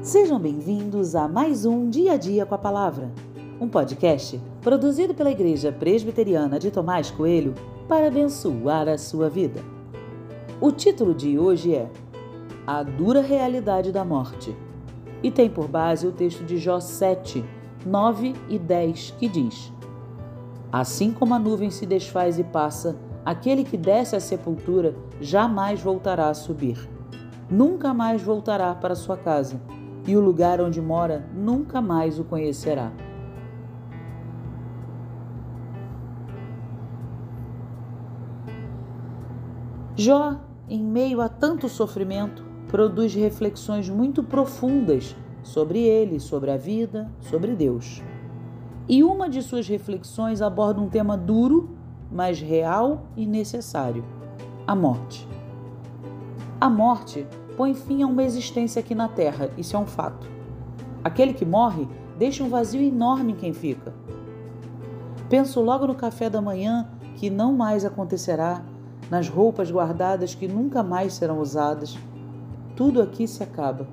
Sejam bem-vindos a mais um Dia a Dia com a Palavra, um podcast produzido pela Igreja Presbiteriana de Tomás Coelho para abençoar a sua vida. O título de hoje é A Dura Realidade da Morte e tem por base o texto de Jó 7, 9 e 10, que diz: Assim como a nuvem se desfaz e passa, aquele que desce à sepultura jamais voltará a subir. Nunca mais voltará para sua casa, e o lugar onde mora nunca mais o conhecerá. Jó, em meio a tanto sofrimento, produz reflexões muito profundas sobre ele, sobre a vida, sobre Deus. E uma de suas reflexões aborda um tema duro, mas real e necessário: a morte. A morte põe fim a uma existência aqui na Terra, isso é um fato. Aquele que morre deixa um vazio enorme em quem fica. Penso logo no café da manhã que não mais acontecerá, nas roupas guardadas que nunca mais serão usadas. Tudo aqui se acaba.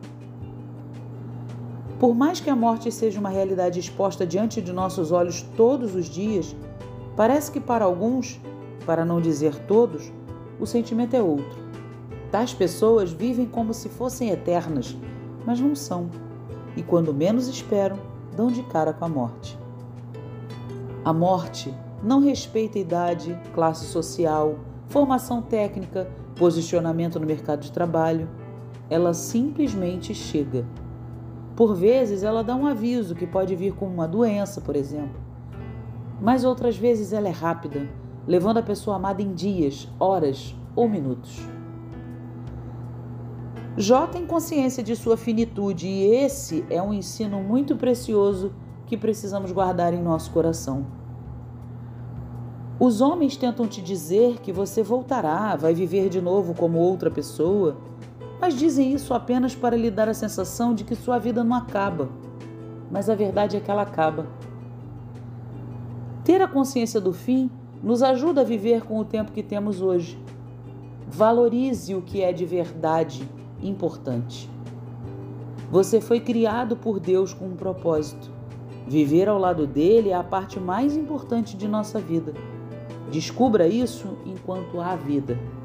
Por mais que a morte seja uma realidade exposta diante de nossos olhos todos os dias, parece que para alguns, para não dizer todos, o sentimento é outro. Tais pessoas vivem como se fossem eternas, mas não são, e quando menos esperam, dão de cara com a morte. A morte não respeita idade, classe social, formação técnica, posicionamento no mercado de trabalho. Ela simplesmente chega. Por vezes ela dá um aviso que pode vir como uma doença, por exemplo. Mas outras vezes ela é rápida, levando a pessoa amada em dias, horas ou minutos. Jó tem consciência de sua finitude e esse é um ensino muito precioso que precisamos guardar em nosso coração. Os homens tentam te dizer que você voltará, vai viver de novo como outra pessoa, mas dizem isso apenas para lhe dar a sensação de que sua vida não acaba. Mas a verdade é que ela acaba. Ter a consciência do fim nos ajuda a viver com o tempo que temos hoje. Valorize o que é de verdade importante. Você foi criado por Deus com um propósito. Viver ao lado dele é a parte mais importante de nossa vida. Descubra isso enquanto há vida.